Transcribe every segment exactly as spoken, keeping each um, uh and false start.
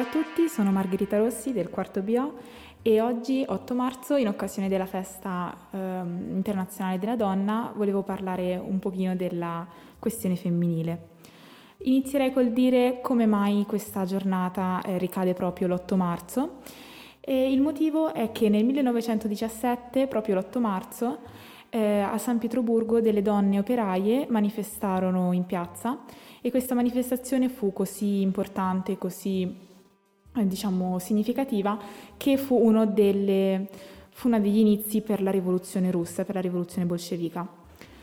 a tutti, sono Margherita Rossi del quarto B O e oggi, otto marzo, in occasione della festa ehm, internazionale della donna, volevo parlare un pochino della questione femminile. Inizierei col dire come mai questa giornata eh, ricade proprio l'otto marzo. E il motivo è che nel millenovecentodiciassette, proprio l'otto marzo, eh, a San Pietroburgo delle donne operaie manifestarono in piazza e questa manifestazione fu così importante, così eh, diciamo significativa, che fu uno delle, fu uno degli inizi per la rivoluzione russa, per la rivoluzione bolscevica.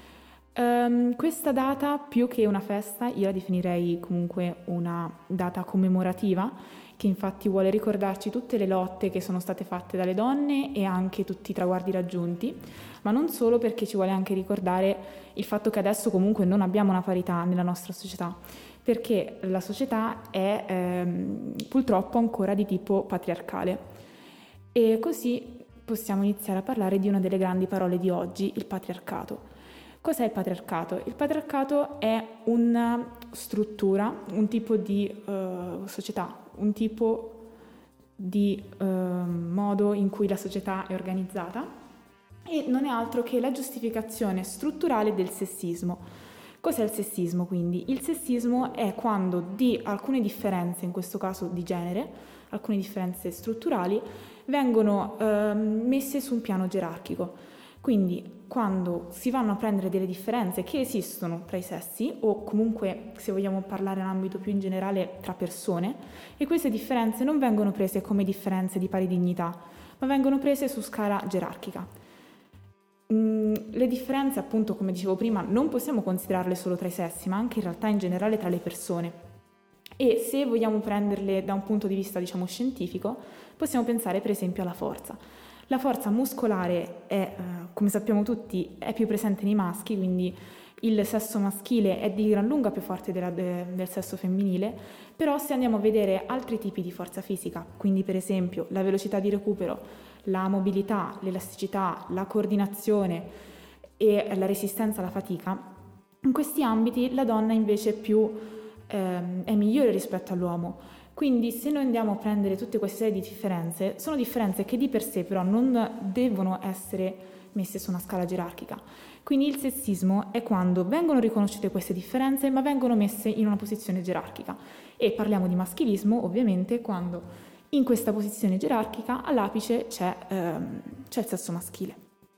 Um, questa data, più che una festa, io la definirei comunque una data commemorativa, che infatti vuole ricordarci tutte le lotte che sono state fatte dalle donne e anche tutti i traguardi raggiunti, ma non solo, perché ci vuole anche ricordare il fatto che adesso comunque non abbiamo una parità nella nostra società, perché la società è ehm, purtroppo ancora di tipo patriarcale. E così possiamo iniziare a parlare di una delle grandi parole di oggi, il patriarcato. Cos'è il patriarcato? Il patriarcato è una struttura, un tipo di uh, società, un tipo di uh, modo in cui la società è organizzata e non è altro che la giustificazione strutturale del sessismo. Cos'è il sessismo quindi? Il sessismo è quando di alcune differenze, in questo caso di genere, alcune differenze strutturali, vengono uh, messe su un piano gerarchico. Quindi quando si vanno a prendere delle differenze che esistono tra i sessi o comunque, se vogliamo parlare in ambito più in generale, tra persone, e queste differenze non vengono prese come differenze di pari dignità, ma vengono prese su scala gerarchica. Mm, le differenze, appunto, come dicevo prima, non possiamo considerarle solo tra i sessi, ma anche in realtà in generale tra le persone. E se vogliamo prenderle da un punto di vista, diciamo, scientifico, possiamo pensare per esempio alla forza. La forza muscolare è, eh, come sappiamo tutti, è più presente nei maschi, quindi il sesso maschile è di gran lunga più forte della, de, del sesso femminile, però se andiamo a vedere altri tipi di forza fisica, quindi per esempio la velocità di recupero, la mobilità, l'elasticità, la coordinazione e la resistenza alla fatica, in questi ambiti la donna invece è, più, ehm, è migliore rispetto all'uomo. Quindi se noi andiamo a prendere tutte queste serie di differenze, sono differenze che di per sé però non devono essere messe su una scala gerarchica. Quindi il sessismo è quando vengono riconosciute queste differenze ma vengono messe in una posizione gerarchica. E parliamo di maschilismo ovviamente quando in questa posizione gerarchica all'apice c'è, ehm, c'è il sesso maschile.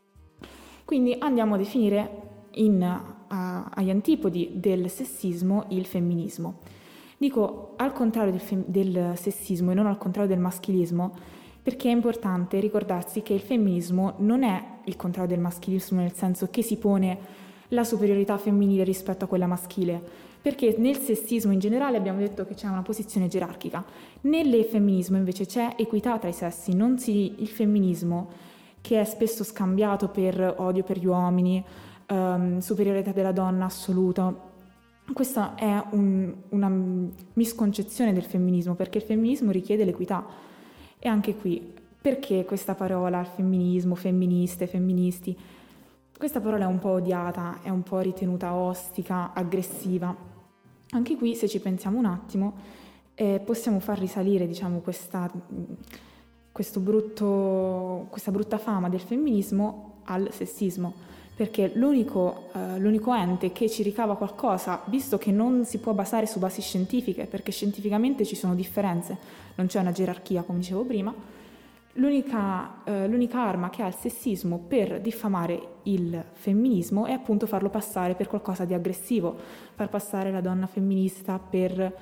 Quindi andiamo a definire in, uh, agli antipodi del sessismo il femminismo. Dico al contrario del, fem- del sessismo e non al contrario del maschilismo, perché è importante ricordarsi che il femminismo non è il contrario del maschilismo, nel senso che si pone la superiorità femminile rispetto a quella maschile, perché nel sessismo in generale abbiamo detto che c'è una posizione gerarchica. Nel femminismo invece c'è equità tra i sessi, non si, il femminismo, che è spesso scambiato per odio per gli uomini, um, superiorità della donna assoluta. Questa è un, una misconcezione del femminismo, perché il femminismo richiede l'equità. E anche qui, perché questa parola, il femminismo, femministe, femministi, questa parola è un po' odiata, è un po' ritenuta ostica, aggressiva. Anche qui, se ci pensiamo un attimo, eh, possiamo far risalire, diciamo, questa, questo brutto, questa brutta fama del femminismo al sessismo. Perché l'unico, eh, l'unico ente che ci ricava qualcosa, visto che non si può basare su basi scientifiche, perché scientificamente ci sono differenze, non c'è una gerarchia, come dicevo prima, l'unica, eh, l'unica arma che ha il sessismo per diffamare il femminismo è appunto farlo passare per qualcosa di aggressivo, far passare la donna femminista per,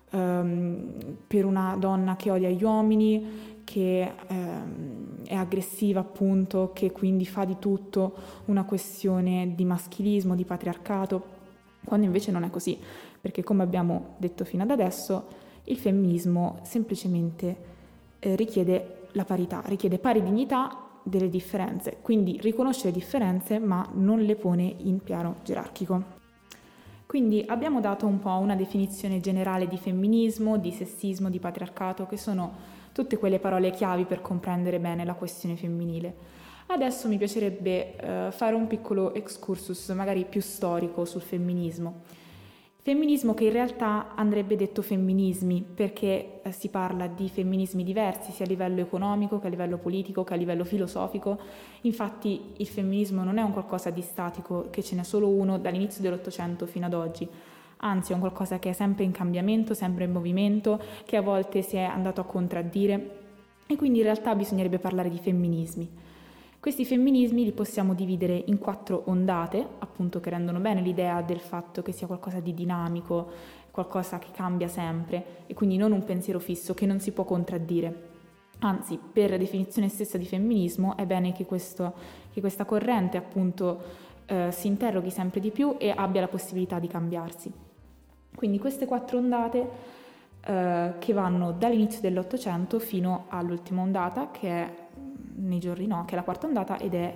ehm, per una donna che odia gli uomini, che ehm, è aggressiva appunto, che quindi fa di tutto una questione di maschilismo, di patriarcato, quando invece non è così, perché come abbiamo detto fino ad adesso, il femminismo semplicemente eh, richiede la parità, richiede pari dignità delle differenze, quindi riconosce le differenze ma non le pone in piano gerarchico. Quindi abbiamo dato un po' una definizione generale di femminismo, di sessismo, di patriarcato, che sono tutte quelle parole chiavi per comprendere bene la questione femminile. Adesso mi piacerebbe eh, fare un piccolo excursus, magari più storico, sul femminismo. Il Femminismo che in realtà andrebbe detto femminismi, perché eh, si parla di femminismi diversi sia a livello economico che a livello politico che a livello filosofico. Infatti il femminismo non è un qualcosa di statico, che ce n'è solo uno dall'inizio dell'Ottocento fino ad oggi, anzi è un qualcosa che è sempre in cambiamento, sempre in movimento, che a volte si è andato a contraddire, e quindi in realtà bisognerebbe parlare di femminismi. Questi femminismi li possiamo dividere in quattro ondate, appunto, che rendono bene l'idea del fatto che sia qualcosa di dinamico, qualcosa che cambia sempre, e quindi non un pensiero fisso che non si può contraddire. Anzi, per definizione stessa di femminismo è bene che, questo, che questa corrente appunto eh, si interroghi sempre di più e abbia la possibilità di cambiarsi. Quindi queste quattro ondate eh, che vanno dall'inizio dell'Ottocento fino all'ultima ondata, che è nei giorni no, che è la quarta ondata ed è,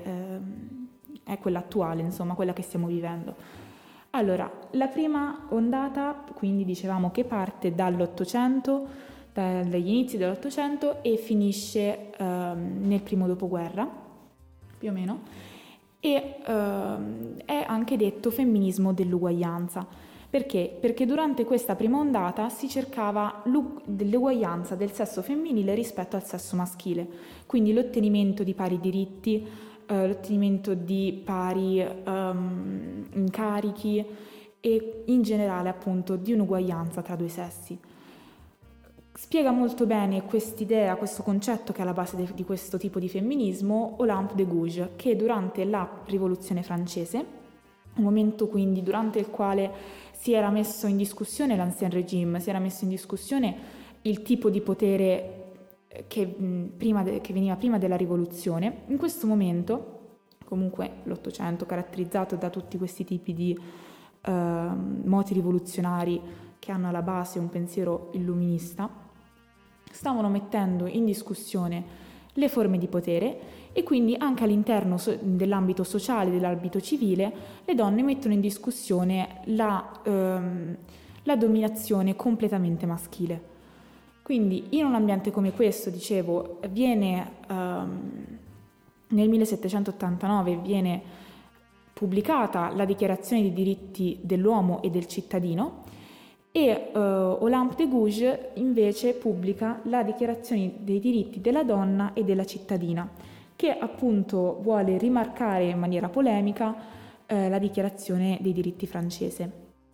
eh, è quella attuale, insomma, quella che stiamo vivendo. Allora, la prima ondata, quindi dicevamo che parte dall'Ottocento, dagli inizi dell'Ottocento e finisce ehm, nel primo dopoguerra, più o meno, e ehm, è anche detto femminismo dell'uguaglianza. Perché? Perché durante questa prima ondata si cercava l'uguaglianza del sesso femminile rispetto al sesso maschile, quindi l'ottenimento di pari diritti, eh, l'ottenimento di pari um, incarichi e in generale appunto di un'uguaglianza tra due sessi. Spiega molto bene quest'idea, questo concetto che è alla base de, di questo tipo di femminismo, Olympe de Gouges, che durante la Rivoluzione francese, un momento quindi durante il quale si era messo in discussione l'Ancien Régime, si era messo in discussione il tipo di potere che, prima de, che veniva prima della rivoluzione. In questo momento, comunque l'Ottocento caratterizzato da tutti questi tipi di uh, moti rivoluzionari che hanno alla base un pensiero illuminista, stavano mettendo in discussione le forme di potere e quindi anche all'interno so- dell'ambito sociale, dell'ambito civile, le donne mettono in discussione la, ehm, la dominazione completamente maschile. Quindi in un ambiente come questo, dicevo, viene ehm, nel millesettecentottantanove viene pubblicata la Dichiarazione dei diritti dell'uomo e del cittadino, e uh, Olympe de Gouges invece pubblica la Dichiarazione dei diritti della donna e della cittadina, che appunto vuole rimarcare in maniera polemica eh, la Dichiarazione dei diritti francese.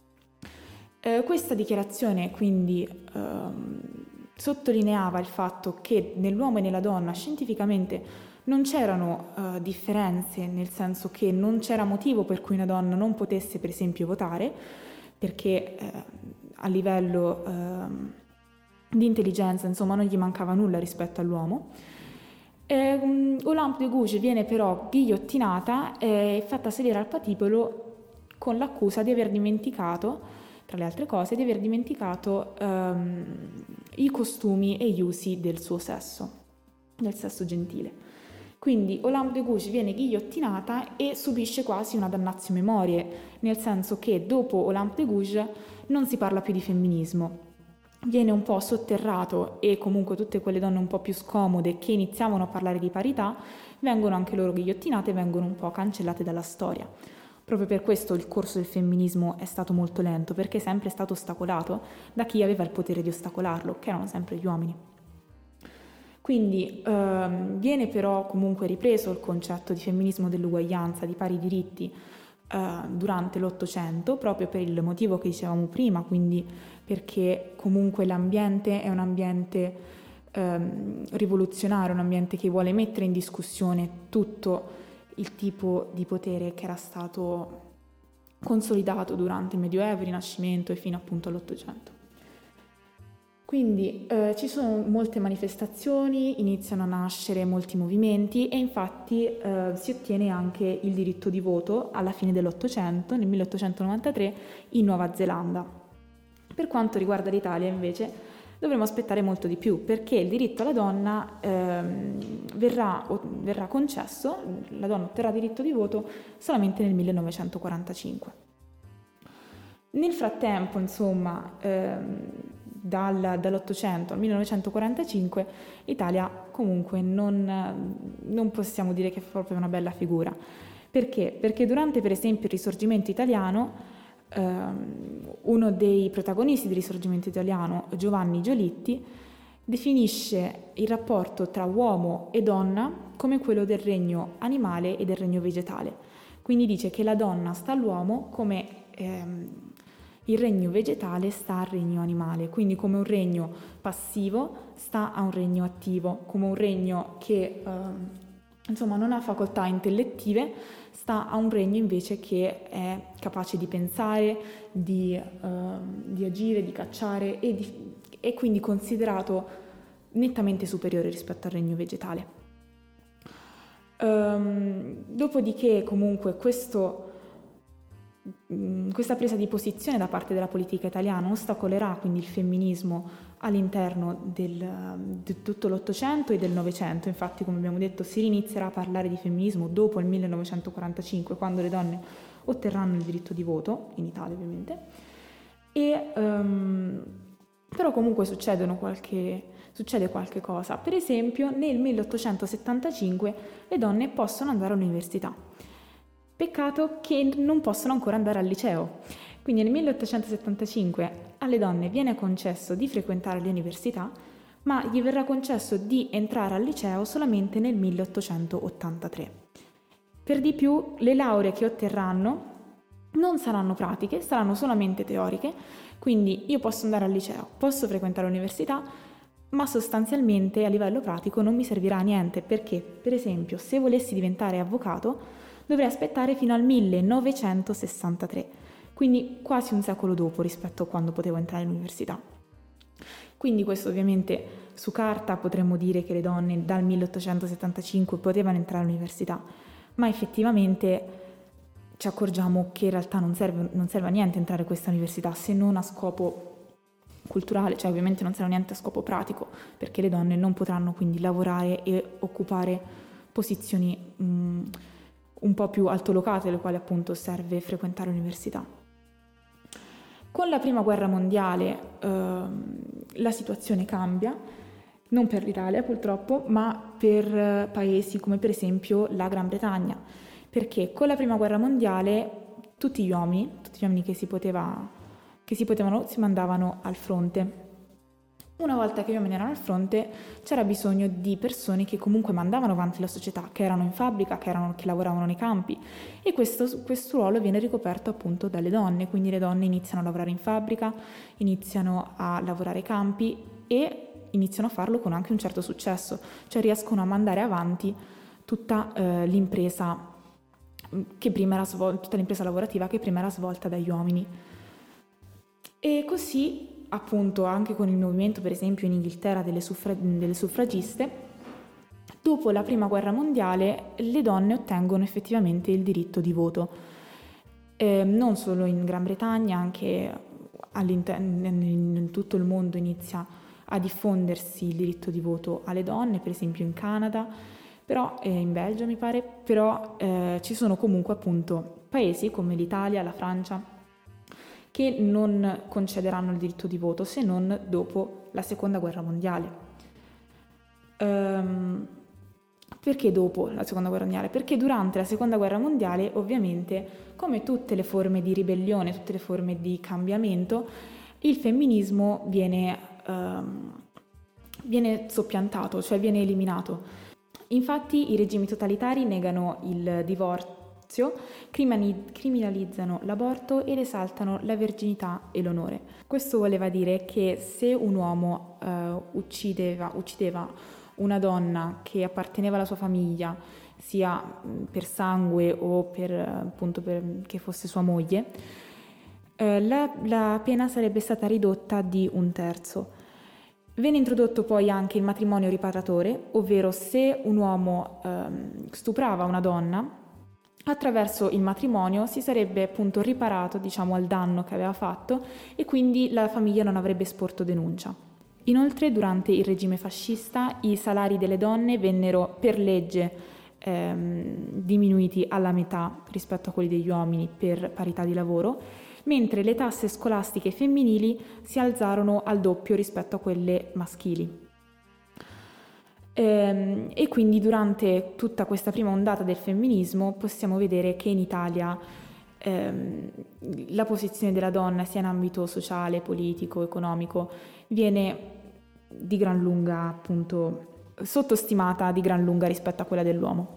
Eh, questa dichiarazione quindi ehm, sottolineava il fatto che nell'uomo e nella donna scientificamente non c'erano eh, differenze, nel senso che non c'era motivo per cui una donna non potesse per esempio votare, perché eh, a livello eh, di intelligenza, insomma, non gli mancava nulla rispetto all'uomo. Eh, Olympe de Gouges viene però ghigliottinata e fatta sedere al patibolo con l'accusa di aver dimenticato, tra le altre cose, di aver dimenticato ehm, i costumi e gli usi del suo sesso, del sesso gentile. Quindi Olympe de Gouges viene ghigliottinata e subisce quasi una damnatio memoriae, nel senso che dopo Olympe de Gouges non si parla più di femminismo. Viene un po' sotterrato e comunque tutte quelle donne un po' più scomode che iniziavano a parlare di parità vengono anche loro ghigliottinate e vengono un po' cancellate dalla storia. Proprio per questo il corso del femminismo è stato molto lento, perché è sempre stato ostacolato da chi aveva il potere di ostacolarlo, che erano sempre gli uomini. Quindi ehm, viene però comunque ripreso il concetto di femminismo dell'uguaglianza, di pari diritti eh, durante l'Ottocento, proprio per il motivo che dicevamo prima, quindi perché comunque l'ambiente è un ambiente ehm, rivoluzionario, un ambiente che vuole mettere in discussione tutto il tipo di potere che era stato consolidato durante il Medioevo, il Rinascimento e fino appunto all'Ottocento. Quindi eh, ci sono molte manifestazioni, iniziano a nascere molti movimenti e infatti eh, si ottiene anche il diritto di voto alla fine dell'Ottocento, nel milleottocentonovantatré, in Nuova Zelanda. Per quanto riguarda l'Italia invece dovremo aspettare molto di più, perché il diritto alla donna ehm, verrà, verrà concesso, la donna otterrà diritto di voto solamente nel millenovecentoquarantacinque. Nel frattempo, insomma, ehm, dal, dall'Ottocento al millenovecentoquarantacinque l'Italia comunque non, non possiamo dire che fa proprio una bella figura. Perché? Perché durante per esempio il Risorgimento italiano ehm, uno dei protagonisti del Risorgimento italiano, Giovanni Giolitti, definisce il rapporto tra uomo e donna come quello del regno animale e del regno vegetale. Quindi dice che la donna sta all'uomo come ehm, il regno vegetale sta al regno animale, quindi come un regno passivo sta a un regno attivo, come un regno che ehm, insomma non ha facoltà intellettive sta a un regno invece che è capace di pensare, di, ehm, di agire, di cacciare e di è quindi considerato nettamente superiore rispetto al regno vegetale. Ehm, dopodiché comunque questo, mh, questa presa di posizione da parte della politica italiana ostacolerà quindi il femminismo all'interno del, di tutto l'Ottocento e del Novecento. Infatti, come abbiamo detto, si inizierà a parlare di femminismo dopo il millenovecentoquarantacinque, quando le donne otterranno il diritto di voto, in Italia ovviamente, e um, però comunque succedono qualche, succede qualche cosa. Per esempio, nel milleottocentosettantacinque le donne possono andare all'università. Peccato che non possono ancora andare al liceo. Quindi nel milleottocentosettantacinque alle donne viene concesso di frequentare le università, ma gli verrà concesso di entrare al liceo solamente nel milleottocentottantatré. Per di più, le lauree che otterranno non saranno pratiche, saranno solamente teoriche, quindi io posso andare al liceo, posso frequentare l'università, ma sostanzialmente a livello pratico non mi servirà a niente, perché, per esempio, se volessi diventare avvocato, dovrei aspettare fino al millenovecentosessantatré, quindi quasi un secolo dopo rispetto a quando potevo entrare all'università. Quindi questo ovviamente su carta potremmo dire che le donne dal milleottocentosettantacinque potevano entrare all'università, ma effettivamente ci accorgiamo che in realtà non serve, non serve a niente entrare a questa università se non a scopo culturale, cioè ovviamente non serve a niente a scopo pratico, perché le donne non potranno quindi lavorare e occupare posizioni mh, un po' più altolocate, alle quali appunto serve frequentare l'università. Con la prima guerra mondiale ehm, la situazione cambia, non per l'Italia purtroppo, ma per paesi come per esempio la Gran Bretagna, perché con la prima guerra mondiale tutti gli uomini, tutti gli uomini che si poteva, che si potevano, si mandavano al fronte. Una volta che gli uomini erano al fronte c'era bisogno di persone che comunque mandavano avanti la società, che erano in fabbrica, che, erano, che lavoravano nei campi, e questo, questo ruolo viene ricoperto appunto dalle donne, quindi le donne iniziano a lavorare in fabbrica, iniziano a lavorare ai campi e iniziano a farlo con anche un certo successo, cioè riescono a mandare avanti tutta eh, l'impresa che prima era svolta, tutta l'impresa lavorativa che prima era svolta dagli uomini. E così, appunto, anche con il movimento, per esempio, in Inghilterra delle, suffra- delle suffragiste, dopo la prima guerra mondiale le donne ottengono effettivamente il diritto di voto. Eh, non solo in Gran Bretagna, anche all'interno, in tutto il mondo inizia a diffondersi il diritto di voto alle donne, per esempio in Canada, però eh, in Belgio mi pare, però eh, ci sono comunque appunto paesi come l'Italia, la Francia, che non concederanno il diritto di voto se non dopo la seconda guerra mondiale. Ehm, perché dopo la seconda guerra mondiale? Perché durante la seconda guerra mondiale, ovviamente, come tutte le forme di ribellione, tutte le forme di cambiamento, il femminismo viene, ehm, viene soppiantato, cioè viene eliminato. Infatti i regimi totalitari negano il divorzio, criminalizzano l'aborto ed esaltano la verginità e l'onore. Questo voleva dire che se un uomo eh, uccideva, uccideva una donna che apparteneva alla sua famiglia, sia per sangue o per, appunto, per, che fosse sua moglie, eh, la, la pena sarebbe stata ridotta di un terzo. Venne introdotto poi anche il matrimonio ripatratore, ovvero se un uomo ehm, stuprava una donna, attraverso il matrimonio si sarebbe appunto riparato, diciamo, al danno che aveva fatto e quindi la famiglia non avrebbe sporto denuncia. Inoltre, durante il regime fascista, i salari delle donne vennero per legge ehm, diminuiti alla metà rispetto a quelli degli uomini per parità di lavoro, mentre le tasse scolastiche femminili si alzarono al doppio rispetto a quelle maschili. Ehm, e quindi durante tutta questa prima ondata del femminismo possiamo vedere che in Italia ehm, la posizione della donna sia in ambito sociale, politico, economico viene di gran lunga appunto sottostimata di gran lunga rispetto a quella dell'uomo.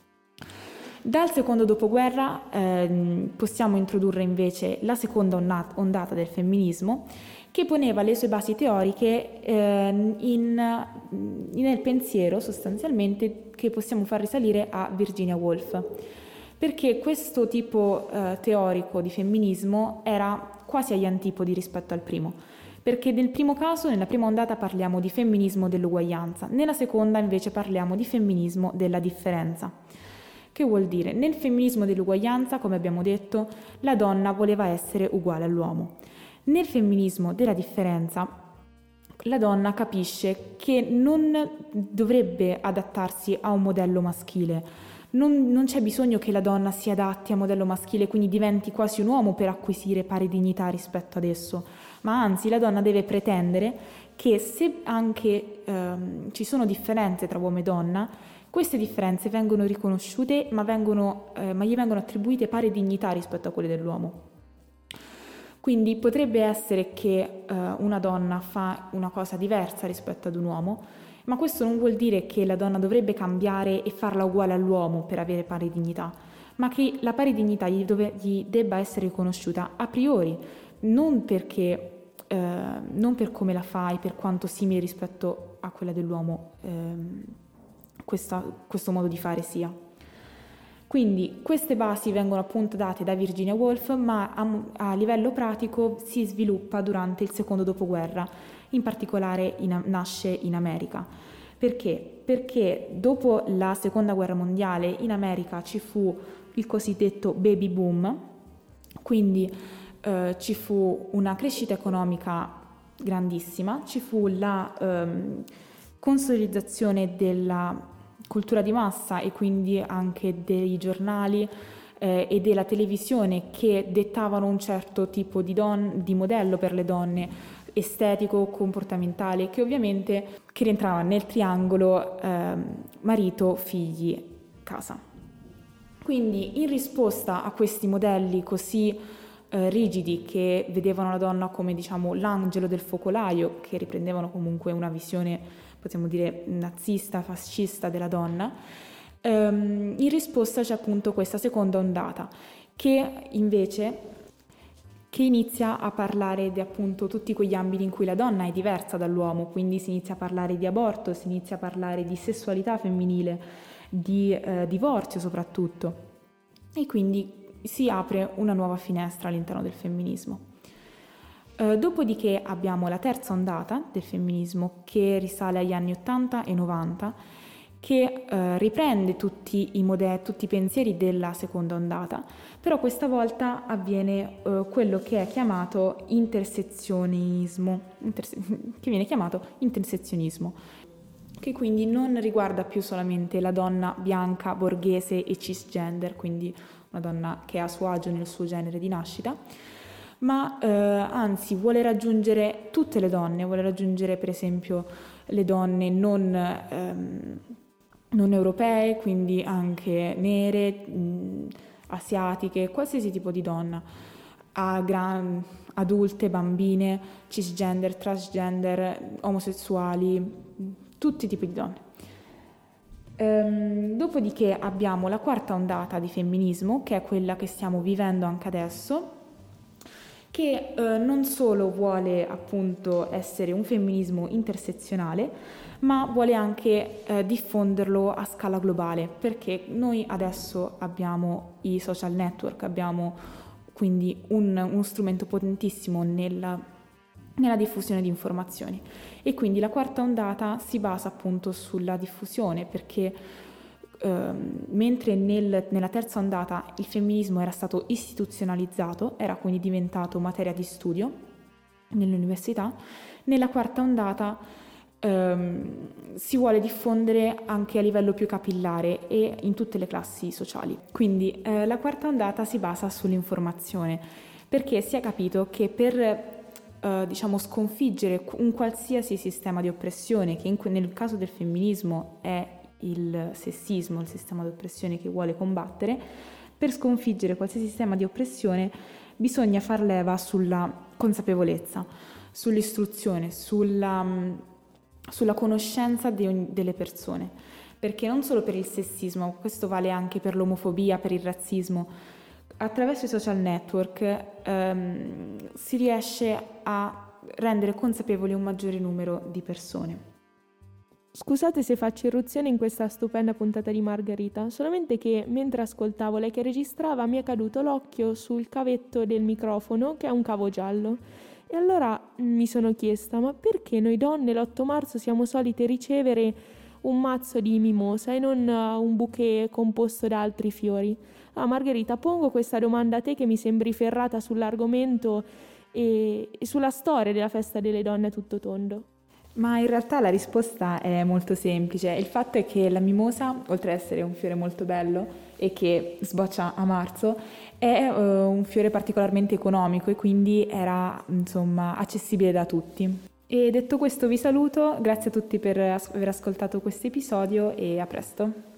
Dal secondo dopoguerra ehm, possiamo introdurre invece la seconda ondata del femminismo, che poneva le sue basi teoriche eh, in, nel pensiero sostanzialmente che possiamo far risalire a Virginia Woolf, perché questo tipo eh, teorico di femminismo era quasi agli antipodi rispetto al primo, perché nel primo caso, nella prima ondata parliamo di femminismo dell'uguaglianza, nella seconda invece parliamo di femminismo della differenza. Che vuol dire? Nel femminismo dell'uguaglianza, come abbiamo detto, la donna voleva essere uguale all'uomo. Nel femminismo della differenza, la donna capisce che non dovrebbe adattarsi a un modello maschile. Non, non c'è bisogno che la donna si adatti a un modello maschile, quindi diventi quasi un uomo per acquisire pari dignità rispetto ad esso, ma anzi la donna deve pretendere che se anche ehm, ci sono differenze tra uomo e donna, queste differenze vengono riconosciute, ma, vengono, eh, ma gli vengono attribuite pari dignità rispetto a quelle dell'uomo. Quindi potrebbe essere che eh, una donna fa una cosa diversa rispetto ad un uomo, ma questo non vuol dire che la donna dovrebbe cambiare e farla uguale all'uomo per avere pari dignità, ma che la pari dignità gli, dove, gli debba essere riconosciuta a priori, non perché, eh, non per come la fai, per quanto simile rispetto a quella dell'uomo ehm, questa, questo modo di fare sia. Quindi queste basi vengono appunto date da Virginia Woolf, ma a, a livello pratico si sviluppa durante il secondo dopoguerra, in particolare in, nasce in America. Perché? Perché dopo la seconda guerra mondiale in America ci fu il cosiddetto baby boom, quindi eh, ci fu una crescita economica grandissima, ci fu la ehm, consolidizzazione della cultura di massa e quindi anche dei giornali eh, e della televisione che dettavano un certo tipo di, don- di modello per le donne, estetico, comportamentale, che ovviamente che rientrava nel triangolo eh, marito, figli, casa. Quindi in risposta a questi modelli così eh, rigidi che vedevano la donna come diciamo l'angelo del focolaio, che riprendevano comunque una visione possiamo dire nazista, fascista della donna, ehm, in risposta c'è appunto questa seconda ondata che invece che inizia a parlare di appunto tutti quegli ambiti in cui la donna è diversa dall'uomo, quindi si inizia a parlare di aborto, si inizia a parlare di sessualità femminile, di eh, divorzio soprattutto, e quindi si apre una nuova finestra all'interno del femminismo. Uh, dopodiché abbiamo la terza ondata del femminismo che risale agli anni ottanta e novanta, che uh, riprende tutti i modelli, tutti i pensieri della seconda ondata, però questa volta avviene uh, quello che è chiamato intersezionismo, interse- che viene chiamato intersezionismo, che quindi non riguarda più solamente la donna bianca, borghese e cisgender, quindi una donna che è a suo agio nel suo genere di nascita, ma eh, anzi vuole raggiungere tutte le donne, vuole raggiungere per esempio le donne non, ehm, non europee, quindi anche nere, mh, asiatiche, qualsiasi tipo di donna, a gran, adulte, bambine, cisgender, transgender, omosessuali, tutti i tipi di donne. Ehm, dopodiché abbiamo la quarta ondata di femminismo, che è quella che stiamo vivendo anche adesso, che eh, non solo vuole appunto essere un femminismo intersezionale, ma vuole anche eh, diffonderlo a scala globale, perché noi adesso abbiamo i social network, abbiamo quindi un, uno strumento potentissimo nella, nella diffusione di informazioni, e quindi la quarta ondata si basa appunto sulla diffusione, perché Uh, mentre nel, nella terza ondata il femminismo era stato istituzionalizzato, era quindi diventato materia di studio nelle università, nella quarta ondata um, si vuole diffondere anche a livello più capillare e in tutte le classi sociali. Quindi uh, la quarta ondata si basa sull'informazione, perché si è capito che per uh, diciamo sconfiggere un qualsiasi sistema di oppressione, che in, nel caso del femminismo è il sessismo, il sistema di oppressione che vuole combattere, Per sconfiggere qualsiasi sistema di oppressione bisogna far leva sulla consapevolezza, sull'istruzione, sulla, sulla conoscenza di ogni, delle persone, perché non solo per il sessismo, questo vale anche per l'omofobia, per il razzismo, attraverso i social network ehm, si riesce a rendere consapevoli un maggiore numero di persone. Scusate se faccio irruzione in questa stupenda puntata di Margherita, solamente che mentre ascoltavo lei che registrava mi è caduto l'occhio sul cavetto del microfono, che è un cavo giallo. E allora mi sono chiesta, ma perché noi donne l'otto marzo siamo solite ricevere un mazzo di mimosa e non uh, un bouquet composto da altri fiori? Ah, Margherita, pongo questa domanda a te che mi sembri ferrata sull'argomento e, e sulla storia della festa delle donne a tutto tondo. Ma in realtà la risposta è molto semplice. Il fatto è che la mimosa, oltre ad essere un fiore molto bello e che sboccia a marzo, è uh, un fiore particolarmente economico e quindi era, insomma, accessibile da tutti. E detto questo vi saluto, grazie a tutti per as- aver ascoltato questo episodio e a presto.